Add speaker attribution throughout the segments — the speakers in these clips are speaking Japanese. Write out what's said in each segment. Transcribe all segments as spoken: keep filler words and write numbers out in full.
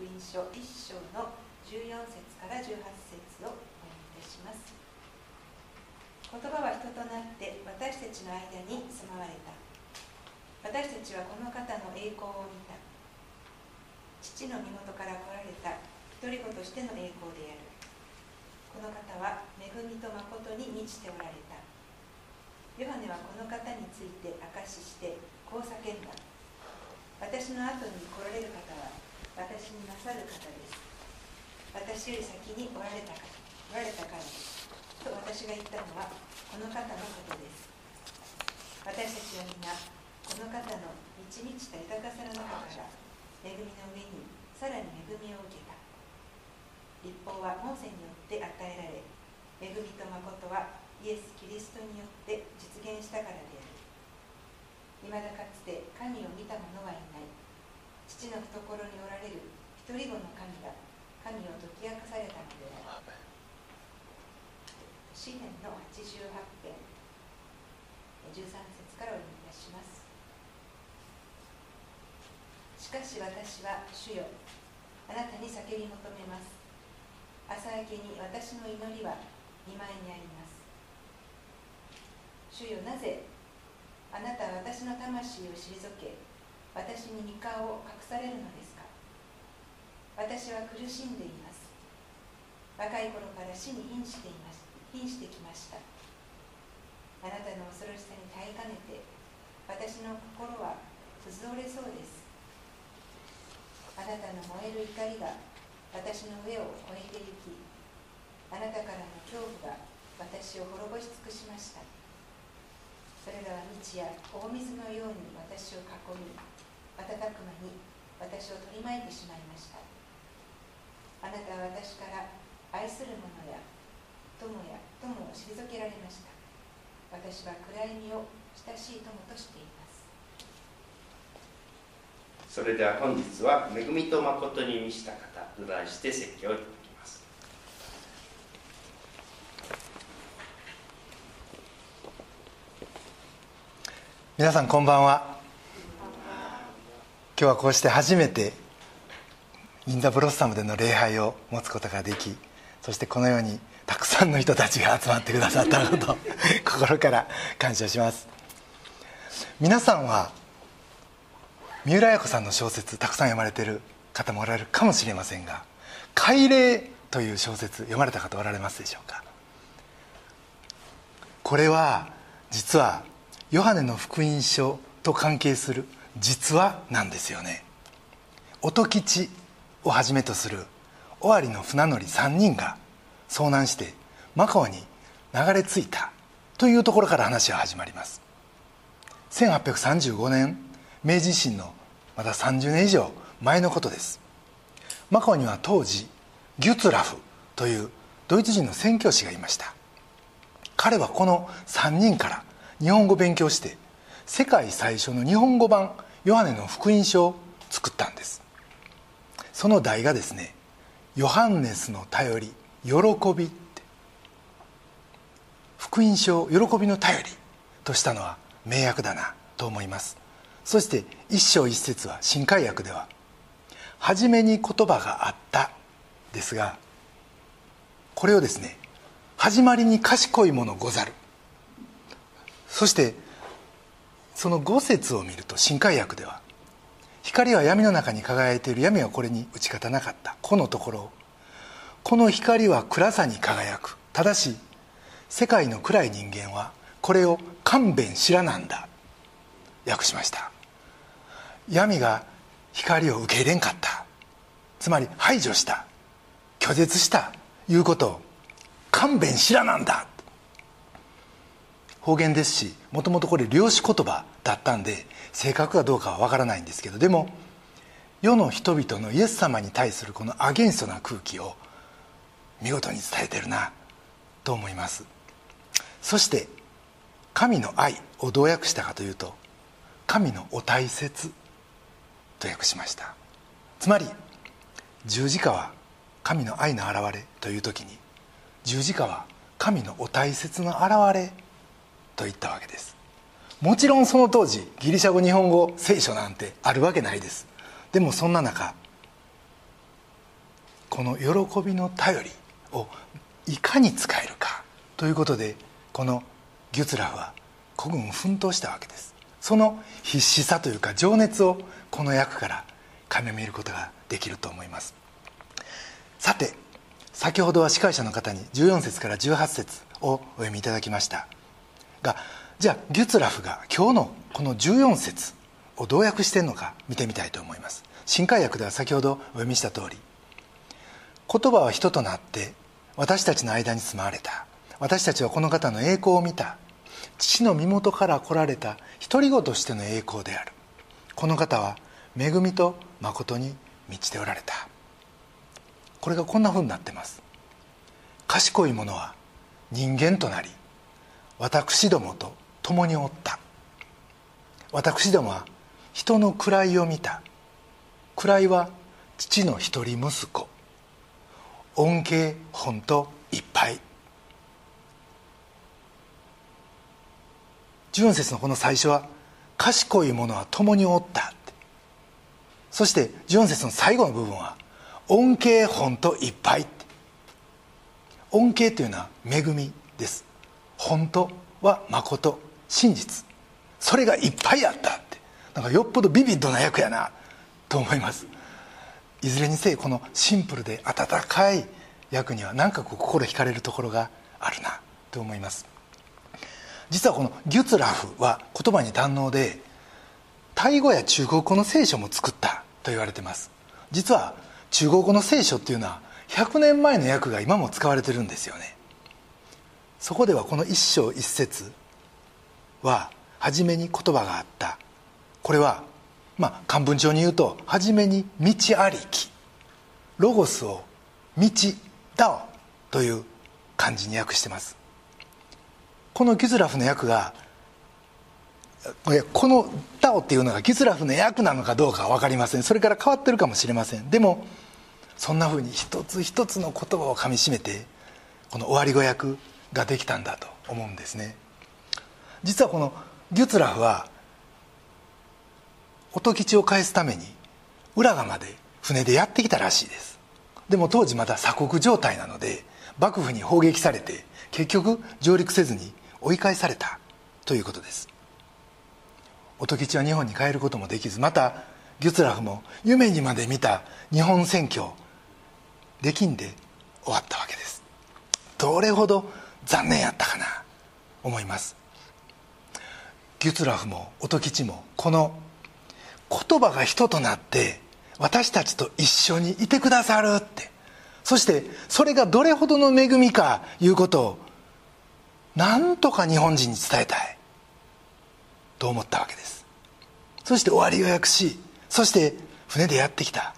Speaker 1: 福音書いっ章のじゅうよん節からじゅうはち節をお読みいたします。言葉は人となって私たちの間に住まわれた。私たちはこの方の栄光を見た。父の身元から来られた一人子としての栄光である。この方は恵みと誠に満ちておられた。ヨハネはこの方について証ししてこう叫んだ。私の後に来られる方は私に勝る方です。私より先におられたからおられたからです。と私が言ったのはこの方のことです。私たちは皆この方の満ち満ちた豊かさの中から恵みの上にさらに恵みを受けた。律法はモーセによって与えられ、恵みと誠はイエス・キリストによって実現したからである。いまだかつて神を見た者はいない。父の懐におられる一人子の神が神を解き明かされたのである。詩編のはちじゅうはち編じゅうさん節からお読みいたします。しかし私は主よ、あなたに叫び求めます。朝明けに私の祈りは御前にあります。主よ、なぜあなたは私の魂を退け、私に御顔を隠されるのですか。私は苦しんでいます。若い頃から死に瀕しています瀕してきました。あなたの恐ろしさに耐えかねて、私の心は崩れそうです。あなたの燃える怒りが私の上を越えてゆき、あなたからの恐怖が私を滅ぼし尽くしました。それらは道や大水のように私を囲み、瞬く間に私を取り巻いてしまいました。あなたは私から愛する者や友や友を退けられました。私は暗闇を親しい友としています。
Speaker 2: それでは本日は恵みと誠に満ちた方と題して説教をいただきます。
Speaker 3: 皆さんこんばんは。今日はこうして初めてインザブロッサムでの礼拝を持つことができ、そしてこのようにたくさんの人たちが集まってくださったことを心から感謝します。皆さんは三浦綾子さんの小説たくさん読まれている方もおられるかもしれませんが、改例という小説読まれた方おられますでしょうか。これは実はヨハネの福音書と関係する実話なんですよね。音吉をはじめとする尾張の船乗りさんにんが遭難してマカオに流れ着いたというところから話は始まります。せんはっぴゃくさんじゅうごねん、明治維新のまださんじゅうねん以上前のことです。マカオには当時ギュツラフというドイツ人の宣教師がいました。彼はこのさんにんから日本語を勉強して世界最初の日本語版ヨハネの福音書を作ったんです。その題がですね、ヨハンネスの頼り喜びって、福音書を喜びの頼りとしたのは名訳だなと思います。そして一章一節は新海訳では初めに言葉があったですが、これをですね、始まりに賢いものござる、そしてそのご節を見ると新海訳では光は闇の中に輝いている、闇はこれに打ち勝たなかった、このところをこの光は暗さに輝く、ただし世界の暗い人間はこれを勘弁知らなんだ、訳しました。闇が光を受け入れんかった、つまり排除した、拒絶したいうことを勘弁知らなんだ、方言ですし、もともとこれ量子言葉だったんで正確かどうかはわからないんですけど、でも世の人々のイエス様に対するこのアゲンストな空気を見事に伝えてるなと思います。そして神の愛をどう訳したかというと、神のお大切と訳しました。つまり十字架は神の愛の現れという時に、十字架は神のお大切な現れと言ったわけです。もちろんその当時ギリシャ語日本語聖書なんてあるわけないです。でもそんな中、 この喜びの頼りをいかに使えるかということで、このギュツラフは孤軍奮闘したわけです。その必死さというか情熱をこの役から垣間見ることができると思います。さて、先ほどは司会者の方にじゅうよん節からじゅうはち節をお読みいただきましたが、じゃあギュツラフが今日のこのじゅうよん節をどう訳しているのか見てみたいと思います。新海訳では先ほどお読みした通り、言葉は人となって私たちの間に住まわれた。私たちはこの方の栄光を見た。父の身元から来られた独り子としての栄光である。この方は恵みと誠に満ちておられた。これがこんなふうになってます。賢い者は人間となり、私どもと共におった。私どもは人の位を見た。位は父の一人息子。恩恵本といっぱい。じゅうよん節のこの最初は賢い者は共におったって、そしてじゅうよん節の最後の部分は恩恵本といっぱいって。恩恵というのは恵みです。本当は誠、真実、それがいっぱいあったって、なんかよっぽどビビッドな役やなと思います。いずれにせよこのシンプルで温かい役には何かこう心惹かれるところがあるなと思います。実はこのギュツラフは言葉に堪能で、タイ語や中国語の聖書も作ったと言われています。実は中国語の聖書っていうのはひゃくねんまえの訳が今も使われてるんですよね。そこではこの一章一節は初めに言葉があった。これはまあ漢文帳に言うと、初めに道ありき、ロゴスを道ダオという漢字に訳してます。このギュツラフの訳が、このダオっていうのがギュツラフの訳なのかどうかは分かりません。それから変わってるかもしれません。でもそんなふうに一つ一つの言葉をかみしめてこの終わり語訳ができたんだと思うんですね。実はこのギュツラフは音吉を返すために浦賀まで船でやってきたらしいです。でも当時まだ鎖国状態なので幕府に砲撃されて結局上陸せずに追い返されたということです。音吉は日本に帰ることもできず、またギュツラフも夢にまで見た日本宣教できんで終わったわけです。どれほど残念やったかな思います。ギュツラフも音吉もこの言葉が人となって私たちと一緒にいてくださるって、そしてそれがどれほどの恵みかいうことをなんとか日本人に伝えたいと思ったわけです。そして終わりを訳し、そして船でやってきた。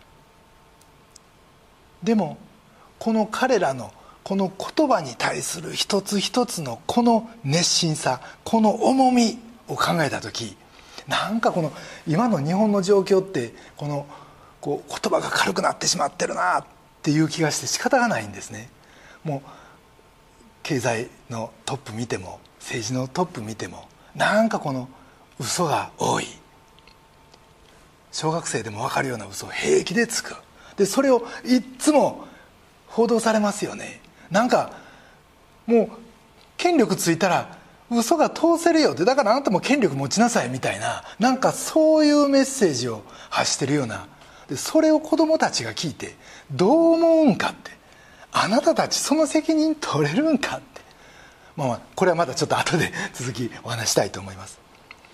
Speaker 3: でもこの彼らのこの言葉に対する一つ一つのこの熱心さ、この重みを考えた時、なんかこの今の日本の状況ってこのこう言葉が軽くなってしまってるなっていう気がして仕方がないんですね。もう経済のトップ見ても政治のトップ見てもなんかこの嘘が多い。小学生でも分かるような嘘を平気でつく。でそれをいっつも報道されますよね。なんかもう権力ついたら嘘が通せるよって、だからあなたも権力持ちなさいみたいな、なんかそういうメッセージを発してるような。でそれを子どもたちが聞いてどう思うんかって、あなたたちその責任取れるんかって、まあ、まあこれはまたちょっと後で続きお話したいと思います。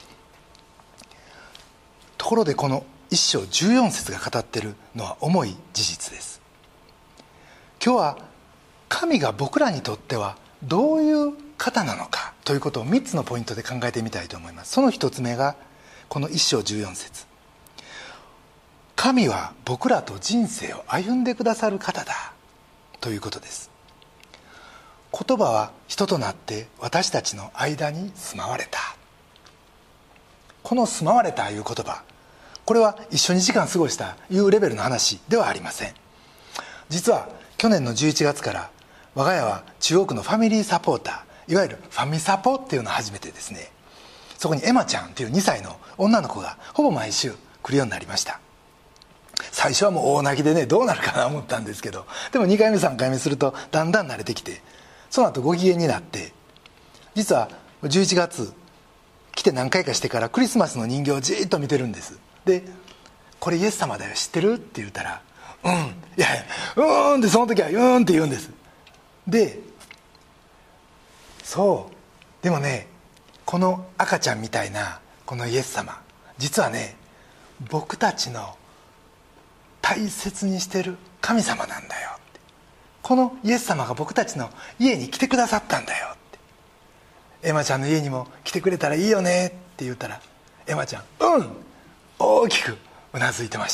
Speaker 3: ところでこの一章じゅうよん節が語っているのは重い事実です。今日は神が僕らにとってはどういう方なのかということをみっつのポイントで考えてみたいと思います。その一つ目がこの一章じゅうよん節、神は僕らと人生を歩んでくださる方だということです。言葉は人となって私たちの間に住まわれた。この住まわれたいう言葉、これは一緒に時間過ごしたいうレベルの話ではありません。実は去年のじゅういちがつから我が家は中央区のファミリーサポーター、いわゆるファミサポっていうのを始めてですね、そこにエマちゃんっていうにさいの女の子がほぼ毎週来るようになりました。 最初はもう大泣きでね、どうなるかな思ったんですけど、でもにかいめさんかいめするとだんだん慣れてきて、その後ご機嫌になって、実はじゅういちがつ来て何回かしてからクリスマスの人形をじーっと見てるんです。で、これイエス様だよ知ってるって言ったら、うん、いやいや、うーんって、その時はうーんって言うんです。で、そうでもね、この赤ちゃんみたいなこのイエス様、実はね、僕たちの大切にしてる神様なんだよって、このイエス様が僕たちの家に来てくださったんだよって、エマちゃんの家にも来てくれたらいいよねって言ったら、エマちゃんうん大きくうなずいてました。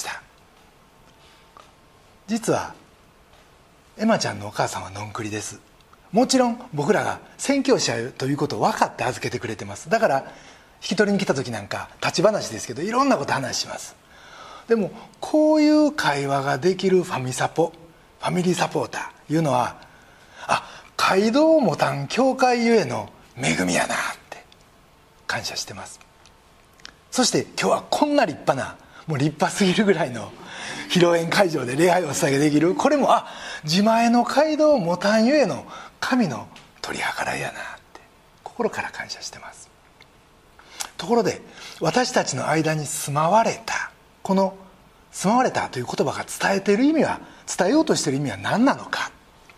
Speaker 3: 実はエマちゃんのお母さんはのんくりです。もちろん僕らが宣教師やということを分かって預けてくれてます。だから引き取りに来た時なんか立ち話ですけど、いろんなこと話します。でもこういう会話ができるファミサポ、ファミリーサポーターいうのは、あ、街道もたん教会ゆえの恵みやなって感謝してます。そして今日はこんな立派な、もう立派すぎるぐらいの披露宴会場で礼拝をお捧げできる、これもあ、自前の街道もたんゆえの神の取り計らいやなって心から感謝してます。ところで私たちの間に住まわれた、この住まわれたという言葉が伝えている意味は、伝えようとしている意味は何なのか。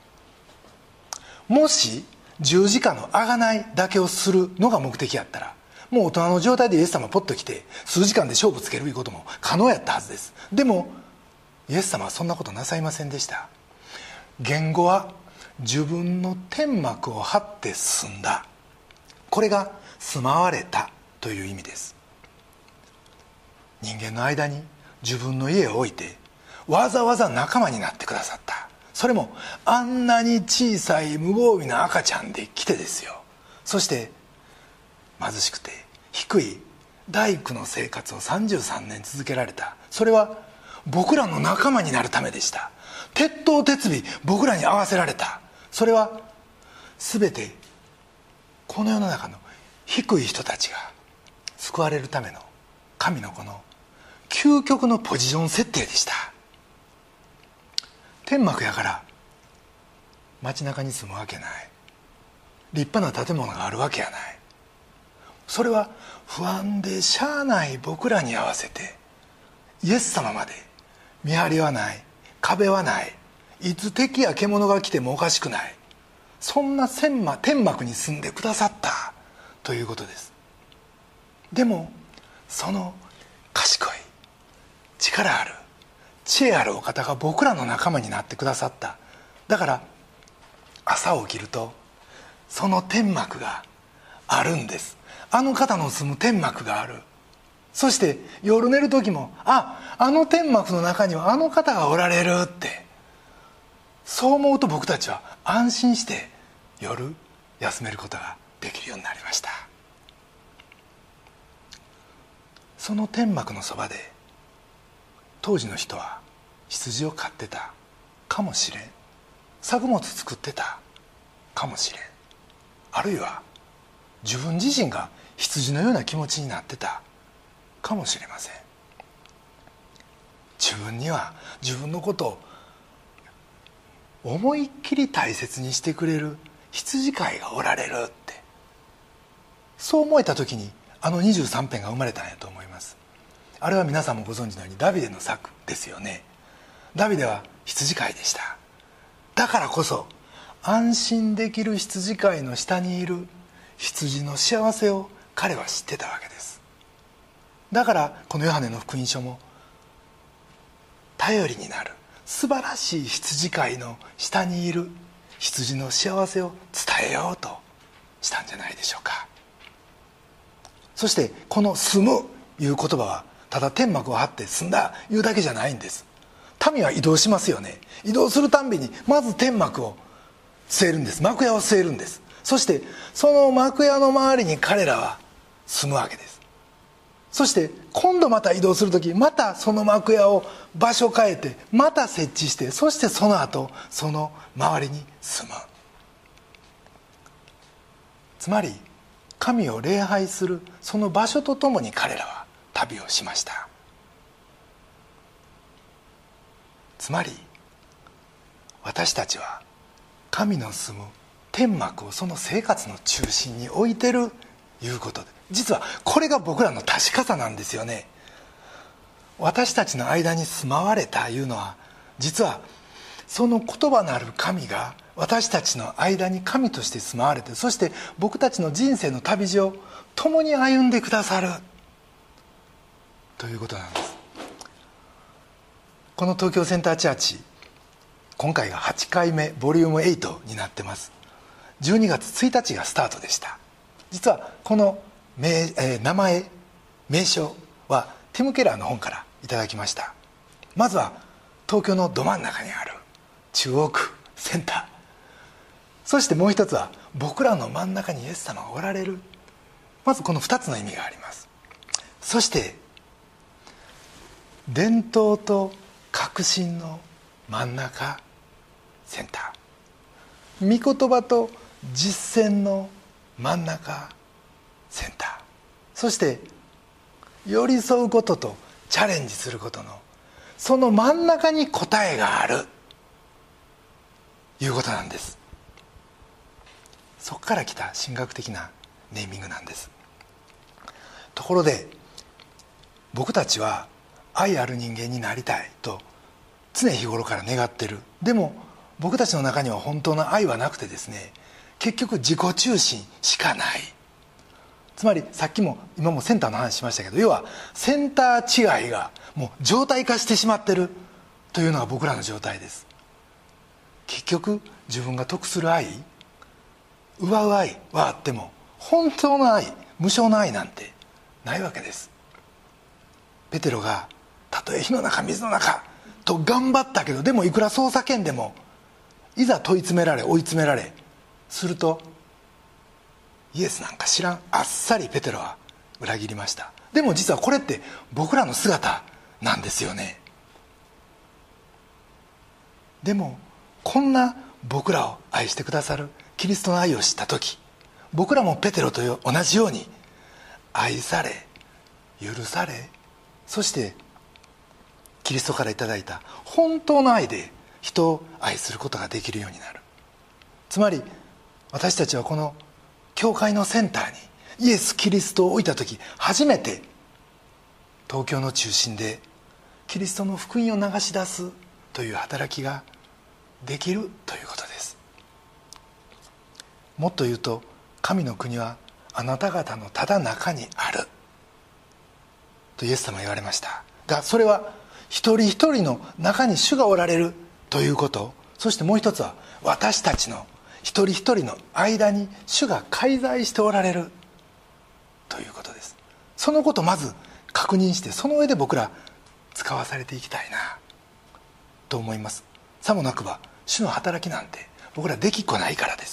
Speaker 3: もし十字架の贖いだけをするのが目的やったら、もう大人の状態でイエス様ポッと来て数時間で勝負つけるいうことも可能やったはずです。でもイエス様はそんなことなさいませんでした。言語は自分の天幕を張って住んだ、これが住まわれたという意味です。人間の間に自分の家を置いてわざわざ仲間になってくださった、それもあんなに小さい無防備な赤ちゃんで来てですよ。そして貧しくて低い大工の生活をさんじゅうさんねん続けられた、それは僕らの仲間になるためでした。鉄頭鉄尾僕らに合わせられた、それは全てこの世の中の低い人たちが救われるための神のこの究極のポジション設定でした。天幕やから街中に住むわけない、立派な建物があるわけやない、それは不安でしゃあない僕らに合わせてイエス様まで見張りはない、壁はない、いつ敵や獣が来てもおかしくない、そんな天幕に住んでくださったということです。でもその賢い力ある知恵あるお方が僕らの仲間になってくださった。だから朝起きるとその天幕があるんです。あの方の住む天幕がある。そして夜寝る時も、あ、あの天幕の中にはあの方がおられるって、そう思うと僕たちは安心して夜休めることができるようになりました。その天幕のそばで当時の人は羊を飼ってたかもしれん、作物作ってたかもしれん、あるいは自分自身が羊のような気持ちになってたかもしれません。自分には自分のことを思いっきり大切にしてくれる羊飼いがおられるって、そう思えた時にあのにじゅうさん編が生まれたんやと思います。あれは皆さんもご存知のようにダビデの作ですよね。ダビデは羊飼いでした。だからこそ安心できる羊飼いの下にいる羊の幸せを彼は知ってたわけです。だからこのヨハネの福音書も頼りになる素晴らしい羊飼いの下にいる羊の幸せを伝えようとしたんじゃないでしょうか。そしてこの住むいう言葉はただ天幕を張って住んだいうだけじゃないんです。民は移動しますよね。移動するたんびにまず天幕を据えるんです。幕屋を据えるんです。そしてその幕屋の周りに彼らは住むわけです。そして今度また移動する時、またその幕屋を場所変えてまた設置して、そしてその後その周りに住む。つまり神を礼拝するその場所とともに彼らは旅をしました。 つまり私たちは神の住む天幕をその生活の中心に置いてるいうことで、実はこれが僕らの確かさなんですよね。私たちの間に住まわれたいうのは、実はその言葉なる神が私たちの間に神として住まわれて、そして僕たちの人生の旅路を共に歩んでくださるということなんです。この東京センターチャーチ、今回がはちかいめボリュームはちになってます。じゅうにがつついたちがスタートでした。実はこの名、えー、名前名称はティム・ケラーの本からいただきました。まずは東京のど真ん中にある中央区センター、そしてもう一つは僕らの真ん中にイエス様がおられる。まずこのふたつの意味があります。そして伝統と革新の真ん中センター、御言葉と実践の真ん中センター、そして寄り添うこととチャレンジすることのその真ん中に答えがあるいうことなんです。そこから来た神学的なネーミングなんです。ところで僕たちは愛ある人間になりたいと常日頃から願ってる。でも僕たちの中には本当の愛はなくてですね、結局自己中心しかない。つまりさっきも今もセンターの話しましたけど、要はセンター違いがもう常態化してしまってるというのが僕らの状態です。結局自分が得する愛、奪う愛はあっても本当の愛、無償の愛なんてないわけです。ペテロがたとえ火の中水の中と頑張ったけど、でもいくらそう叫んでも、いざ問い詰められ追い詰められすると、イエスなんか知らん、あっさりペテロは裏切りました。でも実はこれって僕らの姿なんですよね。でもこんな僕らを愛してくださるキリストの愛を知った時、僕らもペテロと同じように愛され許され、そしてキリストからいただいた本当の愛で人を愛することができるようになる。つまり私たちはこの教会のセンターにイエス・キリストを置いた時、初めて東京の中心でキリストの福音を流し出すという働きができるということです。もっと言うと、神の国はあなた方のただ中にあるとイエス様は言われましたが、それは一人一人の中に主がおられるということ、そしてもう一つは私たちの一人一人の間に主が介在しておられるということです。そのことをまず確認して、その上で僕ら使わされていきたいなと思います。さもなくば主の働きなんて僕らできっこないからです。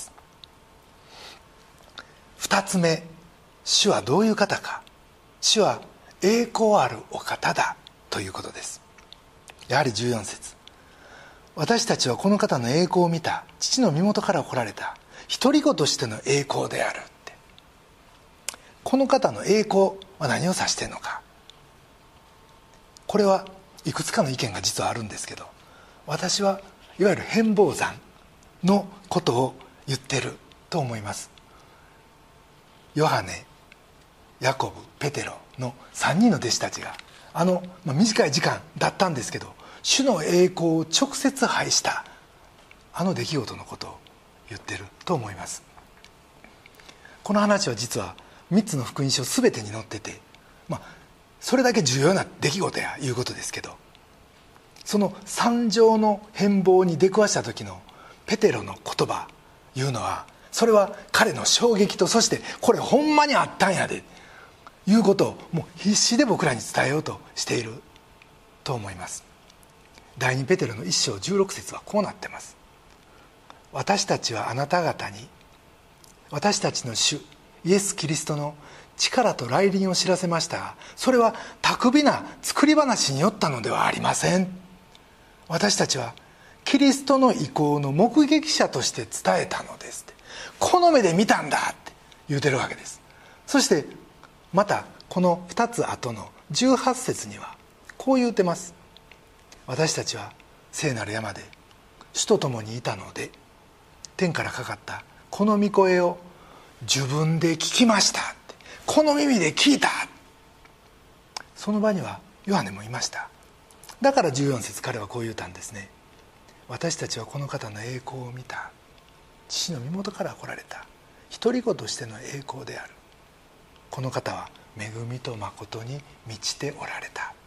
Speaker 3: 二つ目、主はどういう方か。主は栄光あるお方だということです。やはりじゅうよん節、私たちはこの方の栄光を見た、父の身元から来られた一人子としての栄光であるって。この方の栄光は何を指しているのか、これはいくつかの意見が実はあるんですけど、私はいわゆる変貌山のことを言ってると思います。ヨハネ、ヤコブ、ペテロのさんにんの弟子たちがあの、まあ、短い時間だったんですけど、主の栄光を直接拝したあの出来事のことを言ってると思います。この話は実はみっつの福音書全てに載ってて、まあ、それだけ重要な出来事やいうことですけど、その惨状の変貌に出くわした時のペテロの言葉いうのは、それは彼の衝撃と、そしてこれほんまにあったんやでいうことをもう必死で僕らに伝えようとしていると思います。第二ペテロの一章じゅうろく節はこうなってます。私たちはあなた方に私たちの主イエス・キリストの力と来臨を知らせましたが、それは巧みな作り話によったのではありません。私たちはキリストの意向の目撃者として伝えたのですって、この目で見たんだって言うてるわけです。そしてまたこのふたつ後のじゅうはち節にはこう言うてます。私たちは聖なる山で主と共にいたので、天からかかったこの御声を自分で聞きましたって、この耳で聞いた。その場にはヨハネもいました。だからじゅうよん節彼はこう言うたんですね。私たちはこの方の栄光を見た。父の身元から来られた独り子としての栄光である。この方は恵みと誠に満ちておられた。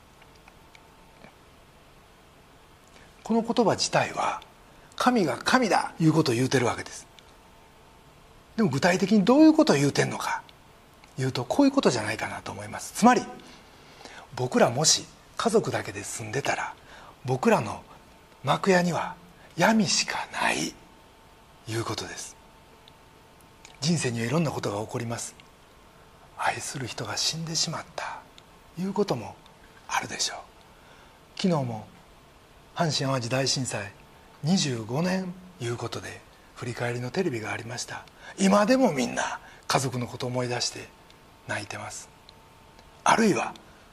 Speaker 3: この言葉自体は神が神だいうことを言うてるわけです。でも具体的にどういうことを言うてんのか言うと、こういうことじゃないかなと思います。つまり僕らもし家族だけで住んでたら、僕らの幕屋には闇しかないいうことです。人生にはいろんなことが起こります。愛する人が死んでしまったいうこともあるでしょう。昨日も阪神・淡路大震災にじゅうごねんいうことで振り返りのテレビがありました。今でもみんな家族のことを思い出して泣いてます。あるいは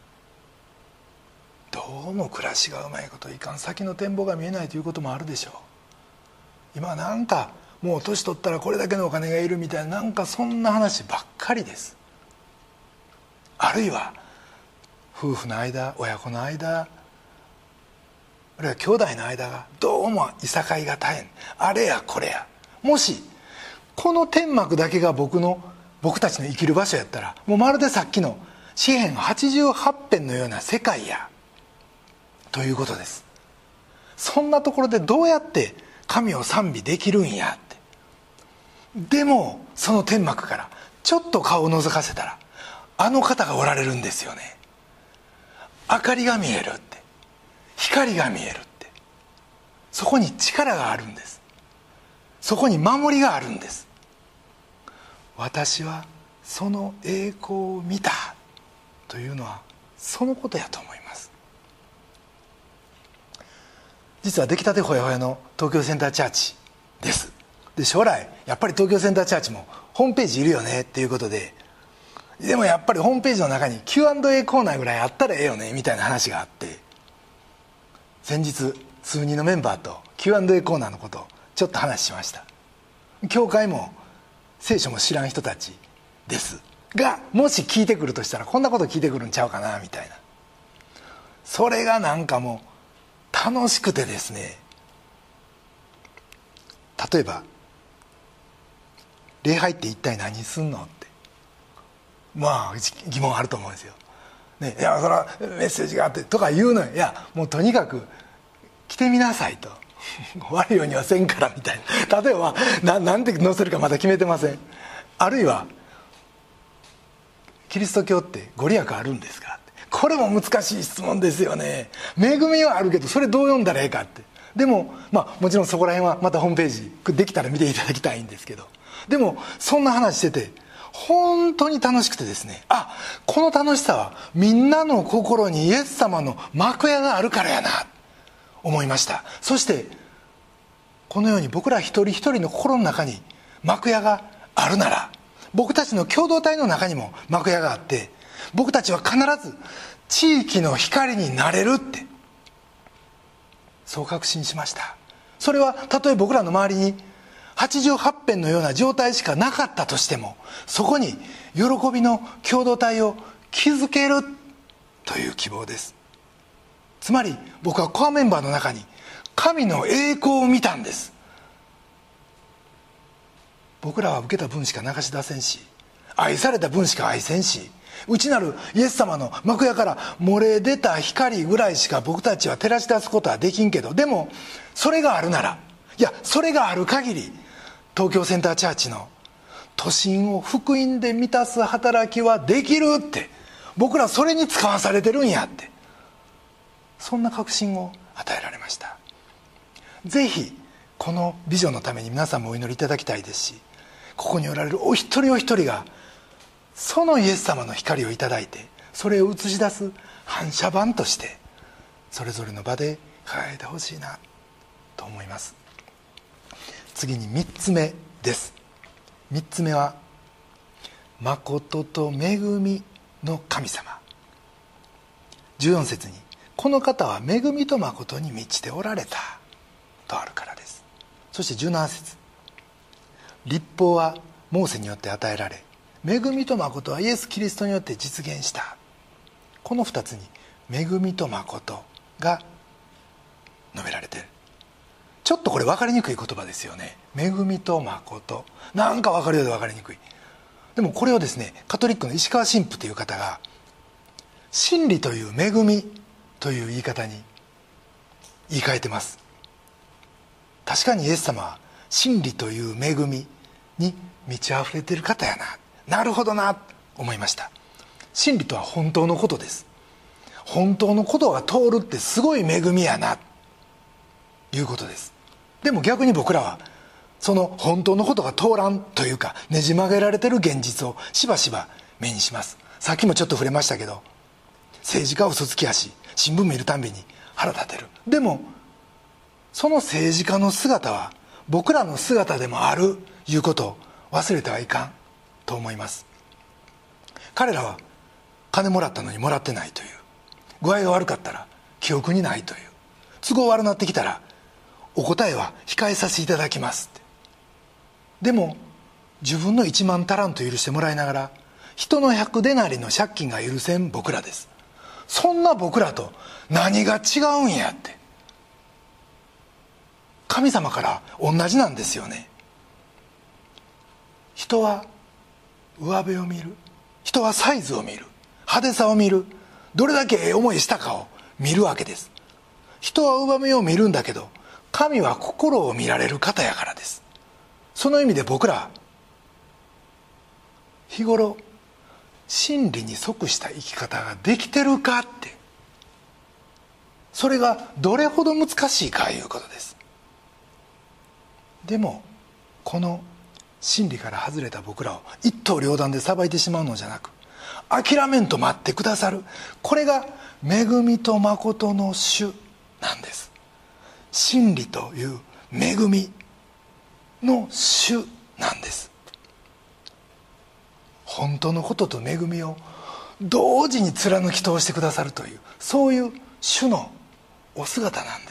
Speaker 3: どうも暮らしがうまいこといかん、先の展望が見えないということもあるでしょう。今なんかもう年取ったらこれだけのお金がいるみたいな、なんかそんな話ばっかりです。あるいは夫婦の間、親子の間、あるいは兄弟の間がどうもいさかいが絶えん、あれやこれや。もしこの天幕だけが僕の僕たちの生きる場所やったら、もうまるでさっきの詩編はちじゅうはち編のような世界やということです。そんなところでどうやって神を賛美できるんやって。でもその天幕からちょっと顔を覗かせたら、あの方がおられるんですよね。明かりが見えるって、光が見えるって、そこに力があるんです。そこに守りがあるんです。私はその栄光を見たというのはそのことやと思います。実は出来たてほやほやの東京センターチャーチです。で将来やっぱり東京センターチャーチもホームページいるよねっていうことで、でもやっぱりホームページの中に キューアンドエー コーナーぐらいあったらええよねみたいな話があって、先日数人のメンバーと キューアンドエー コーナーのことをちょっと話しました。教会も聖書も知らん人たちですが、もし聞いてくるとしたらこんなこと聞いてくるんちゃうかなみたいな、それがなんかもう楽しくてですね。例えば礼拝って一体何すんのってまあ疑問あると思うんですよ、ね、いやそれはメッセージがあってとか言うのよ。いやもうとにかく来てみなさいと悪いようにはせんからみたいな。例えば な, なんて載せるかまだ決めてません。あるいはキリスト教ってご利益あるんですかって、これも難しい質問ですよね。恵みはあるけどそれどう読んだらええかって。でもまあもちろんそこら辺はまたホームページできたら見ていただきたいんですけど、でもそんな話してて本当に楽しくてですね、あ、この楽しさはみんなの心にイエス様の幕屋があるからやな思いました。そしてこのように僕ら一人一人の心の中に幕屋があるなら、僕たちの共同体の中にも幕屋があって、僕たちは必ず地域の光になれるって、そう確信しました。それはたとえ僕らの周りにはちじゅうはち編のような状態しかなかったとしても、そこに喜びの共同体を築けるという希望です。つまり僕はコアメンバーの中に神の栄光を見たんです。僕らは受けた分しか流し出せんし、愛された分しか愛せんし、内なるイエス様の幕屋から漏れ出た光ぐらいしか僕たちは照らし出すことはできんけど、でもそれがあるなら、いやそれがある限り東京センターチャーチの都心を福音で満たす働きはできるって、僕らそれに使わされてるんやって、そんな確信を与えられました。ぜひこのビジョンのために皆さんもお祈りいただきたいですし、ここにおられるお一人お一人がそのイエス様の光をいただいて、それを映し出す反射板としてそれぞれの場で輝いてほしいなと思います。次にみっつめです。みっつめは誠と恵みの神様。じゅうよん節にこの方は恵みと誠に満ちておられたとあるからです。そしてじゅうなな節、律法はモーセによって与えられ、恵みと誠はイエス・キリストによって実現した。このふたつに恵みと誠が述べられている。ちょっとこれ分かりにくい言葉ですよね。恵みと誠、なんか分かるようで分かりにくい。でもこれをですね、カトリックの石川神父という方が真理という恵みという言い方に言い換えてます。確かにイエス様は真理という恵みに満ち溢れている方やな、なるほどなと思いました。真理とは本当のことです。本当のことが通るってすごい恵みやなということです。でも逆に僕らはその本当のことが通らんというか、ねじ曲げられてる現実をしばしば目にします。さっきもちょっと触れましたけど、政治家は嘘つきやし、新聞見るたんびに腹立てる。でもその政治家の姿は僕らの姿でもあるいうことを忘れてはいかんと思います。彼らは金もらったのにもらってないという、具合が悪かったら記憶にないという、都合悪なってきたらお答えは控えさせていただきますって。でも自分のいちまんタラント許してもらいながら人のひゃくデナリの借金が許せん僕らです。そんな僕らと何が違うんやって、神様から同じなんですよね。人は上辺を見る、人はサイズを見る、派手さを見る、どれだけええ思いしたかを見るわけです。人は上辺を見るんだけど、神は心を見られる方やからです。その意味で僕ら日頃真理に即した生き方ができてるかって、それがどれほど難しいかいうことです。でもこの真理から外れた僕らを一刀両断で裁いてしまうのじゃなく、諦めんと待ってくださる、これが恵みと誠の主なんです。真理という恵みの主なんです。本当のことと恵みを同時に貫き通してくださるという、そういう主のお姿なんです。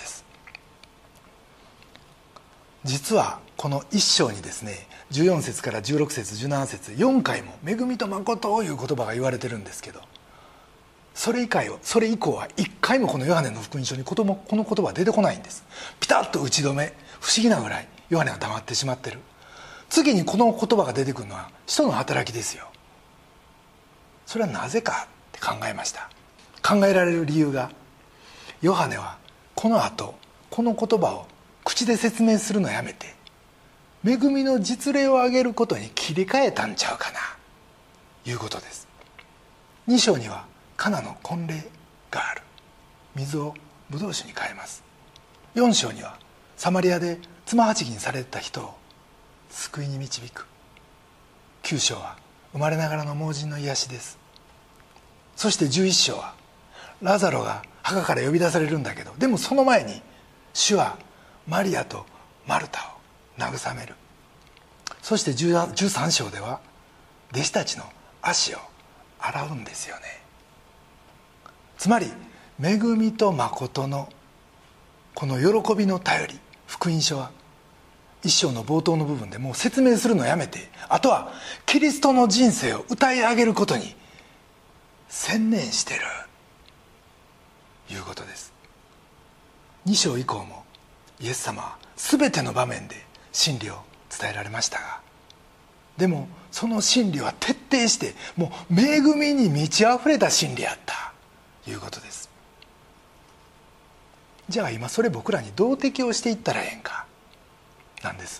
Speaker 3: 実はこの一章にですね、じゅうよん節からじゅうろく節じゅうなな節よんかいも恵みと誠という言葉が言われてるんですけど、それ以降はそれ以降はいっかいもこのヨハネの福音書にこの言葉は出てこないんです。ピタッと打ち止め、不思議なぐらいヨハネは黙ってしまってる。次にこの言葉が出てくるのは使徒の働きですよ。それはなぜかって考えました。考えられる理由が、ヨハネはこの後この言葉を口で説明するのをやめて恵みの実例を挙げることに切り替えたんちゃうかないうことです。に章にはカナの婚礼がある。水をブドウ酒に変えます。よん章にはサマリアでつまはちぎにされた人を救いに導く。きゅう章は生まれながらの盲人の癒しです。そしてじゅういち章はラザロが墓から呼び出されるんだけど、でもその前に主はマリアとマルタを慰める。そしてじゅうさん章では弟子たちの足を洗うんですよね。つまり恵みと誠のこの喜びの頼り、福音書は一章の冒頭の部分でもう説明するのをやめて、あとはキリストの人生を歌い上げることに専念してるいうことです。に章以降もイエス様は全ての場面で真理を伝えられましたが、でもその真理は徹底してもう恵みに満ち溢れた真理やったということです。じゃあ今それ僕らにどう適応していったらええんかなんです。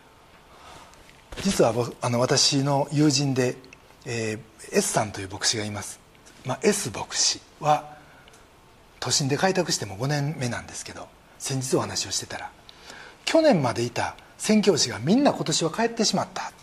Speaker 3: 実はあの私の友人で、えー、S さんという牧師がいます、まあ、S 牧師は都心で開拓してもごねんめなんですけど、先日お話をしてたら去年までいた宣教師がみんな今年は帰ってしまったって、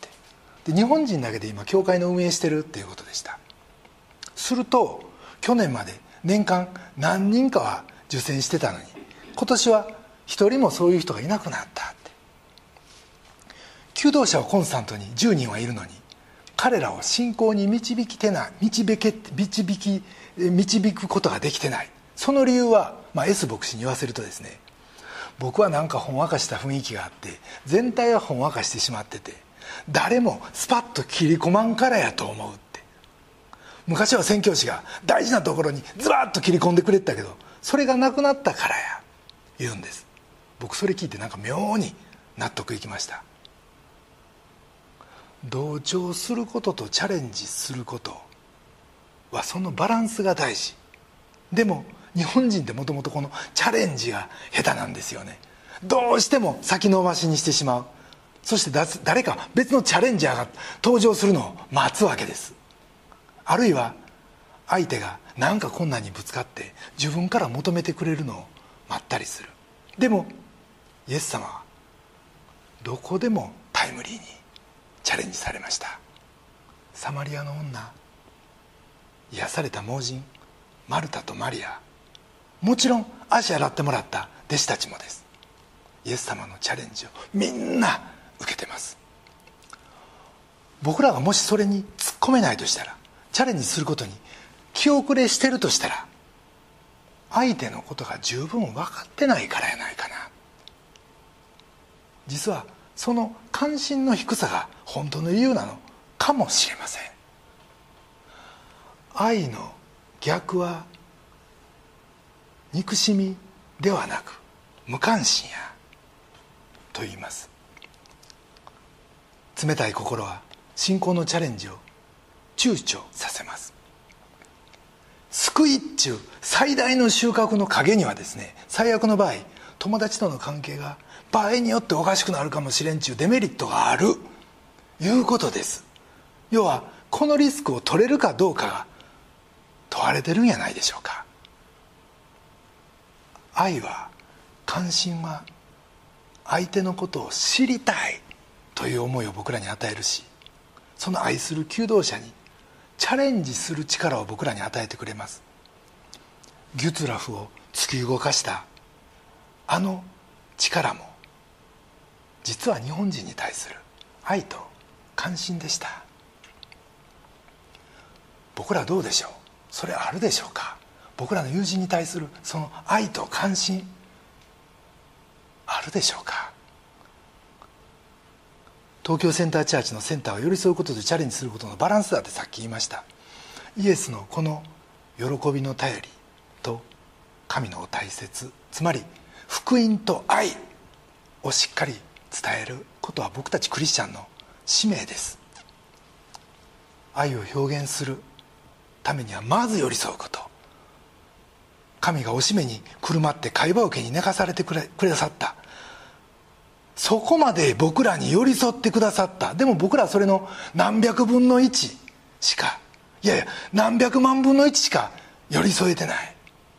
Speaker 3: で日本人だけで今教会の運営してるっていうことでした。すると去年まで年間何人かは受洗してたのに今年は一人もそういう人がいなくなったって。求道者はコンスタントにじゅうにんはいるのに彼らを信仰に導きてない導け導き導くことができてない。 その理由は、まあ、S 牧師に言わせるとですね、僕はなんかほんわかした雰囲気があって全体はほんわかしてしまってて誰もスパッと切り込まんからやと思うって。昔は宣教師が大事なところにズバッと切り込んでくれてたけどそれがなくなったからや言うんです。僕それ聞いてなんか妙に納得いきました。同調することとチャレンジすることはそのバランスが大事。でも日本人ってもともとこのチャレンジが下手なんですよね。どうしても先延ばしにしてしまう。そして誰か別のチャレンジャーが登場するのを待つわけです。あるいは相手が何か困難にぶつかって自分から求めてくれるのを待ったりする。でもイエス様はどこでもタイムリーにチャレンジされました。サマリアの女、癒された盲人マルタとマリア、もちろん足洗ってもらった弟子たちもです。イエス様のチャレンジをみんな受けてます。僕らがもしそれに突っ込めないとしたら、チャレンジすることに気遅れしてるとしたら、相手のことが十分分かってないからやないかな。実はその関心の低さが本当の理由なのかもしれません。愛の逆は憎しみではなく無関心やと言います。冷たい心は信仰のチャレンジを躊躇させます。救いっちゅう最大の収穫の陰にはですね、最悪の場合友達との関係が場合によっておかしくなるかもしれんちゅうデメリットがあるいうことです。要はこのリスクを取れるかどうかが問われてるんやないでしょうか。愛は、関心は相手のことを知りたいという思いを僕らに与えるし、その愛する求道者にチャレンジする力を僕らに与えてくれます。ギュツラフを突き動かしたあの力も実は日本人に対する愛と関心でした。僕らどうでしょう。それあるでしょうか。僕らの友人に対するその愛と関心あるでしょうか。東京センターチャーチのセンターは寄り添うこととチャレンジすることのバランスだってさっき言いました。イエスのこの喜びの頼りと神のお大切、つまり福音と愛をしっかり伝えることは僕たちクリスチャンの使命です。愛を表現するためにはまず寄り添うこと。神がおしめにくるまって貝羽桶に寝かされてくれ、くださった。そこまで僕らに寄り添ってくださった。でも僕らはそれの何百分の一しか、いやいや何百万分の一しか寄り添えてない。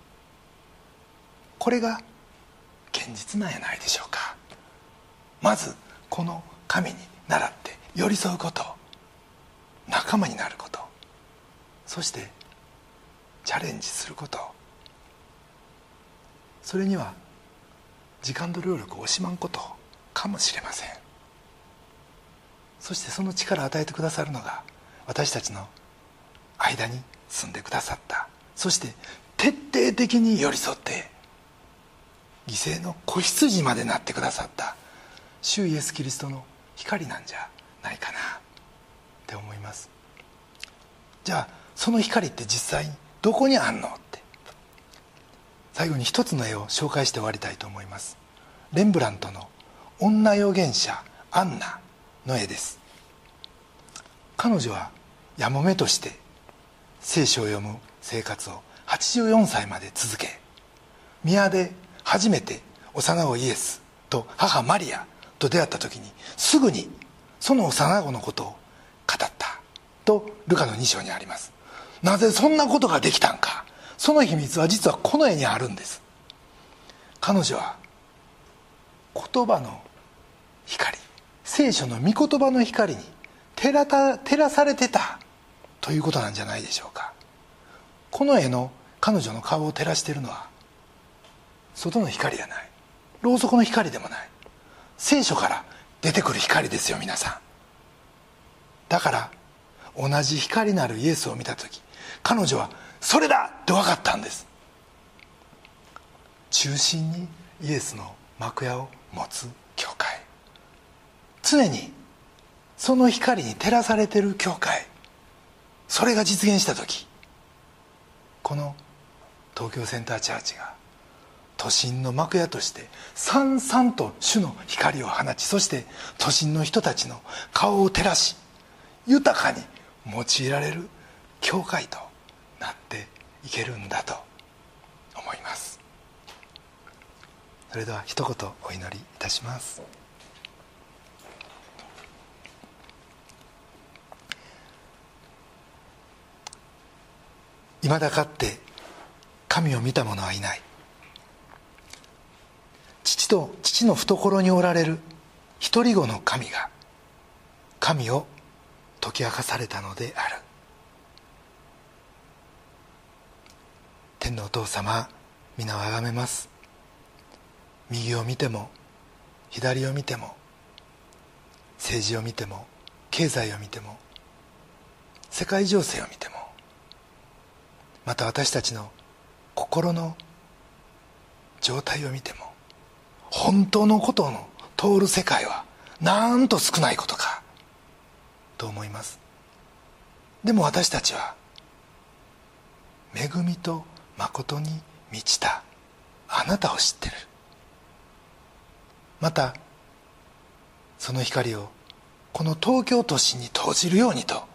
Speaker 3: これが現実なんやないでしょうか。まずこの神に倣って寄り添うこと、仲間になること、そしてチャレンジすること、それには時間と労力を惜しまんことかもしれません。そしてその力を与えてくださるのが私たちの間に住んでくださった、そして徹底的に寄り添って犠牲の子羊までなってくださった主イエスキリストの光なんじゃないかなって思います。じゃあその光って実際にどこにあんのって、最後に一つの絵を紹介して終わりたいと思います。レンブラントの女預言者アンナの絵です。彼女はやもめとして聖書を読む生活をはちじゅうよんさいまで続け、宮で初めて幼子イエスと母マリアと出会った時にすぐにその幼子のことを語ったとルカのに章にあります。なぜそんなことができたんか、その秘密は実はこの絵にあるんです。彼女は言葉の光、聖書の御言葉の光に照らた照らされてたということなんじゃないでしょうか。この絵の彼女の顔を照らしているのは外の光じゃない、ろうそくの光でもない、聖書から出てくる光ですよ皆さん。だから同じ光なるイエスを見た時、彼女はそれだって分かったんです。 中心にイエスの幕屋を持つ教会、常にその光に照らされている教会、それが実現した時、この東京センターチャーチが都心の幕屋としてさんさんと主の光を放ち、そして都心の人たちの顔を照らし、豊かに用いられる教会となっていけるんだと思います。それでは一言お祈りいたします。いまだかって神を見た者はいない。父と父の懐におられる一人子の神が神を解き明かされたのである。天のお父様、皆をあがめます。右を見ても左を見ても、政治を見ても経済を見ても世界情勢を見ても、また私たちの心の状態を見ても、本当のことの通る世界はなんと少ないことかと思います。でも私たちは恵みと誠に満ちたあなたを知ってる。またその光をこの東京都市に投じるようにと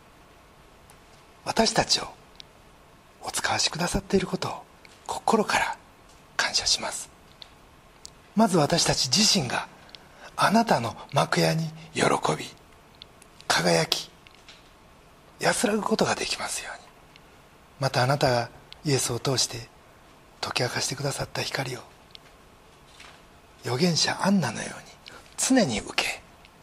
Speaker 3: 私たちをお使わしくださっていることを心から感謝します。まず私たち自身があなたの幕屋に喜び輝き安らぐことができますように、またあなたがイエスを通して解き明かしてくださった光を預言者アンナのように常に受け、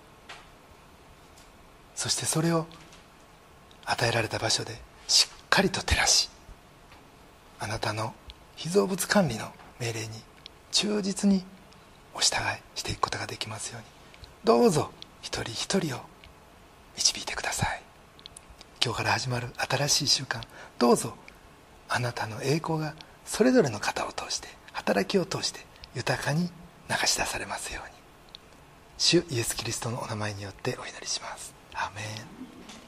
Speaker 3: そしてそれを与えられた場所でしっかりと照らし、あなたの被造物管理の命令に忠実にお従いしていくことができますように、どうぞ一人一人を導いてください。今日から始まる新しい習慣、どうぞあなたの栄光がそれぞれの方を通して、働きを通して豊かに流し出されますように、主イエス・キリストのお名前によってお祈りします。アーメン。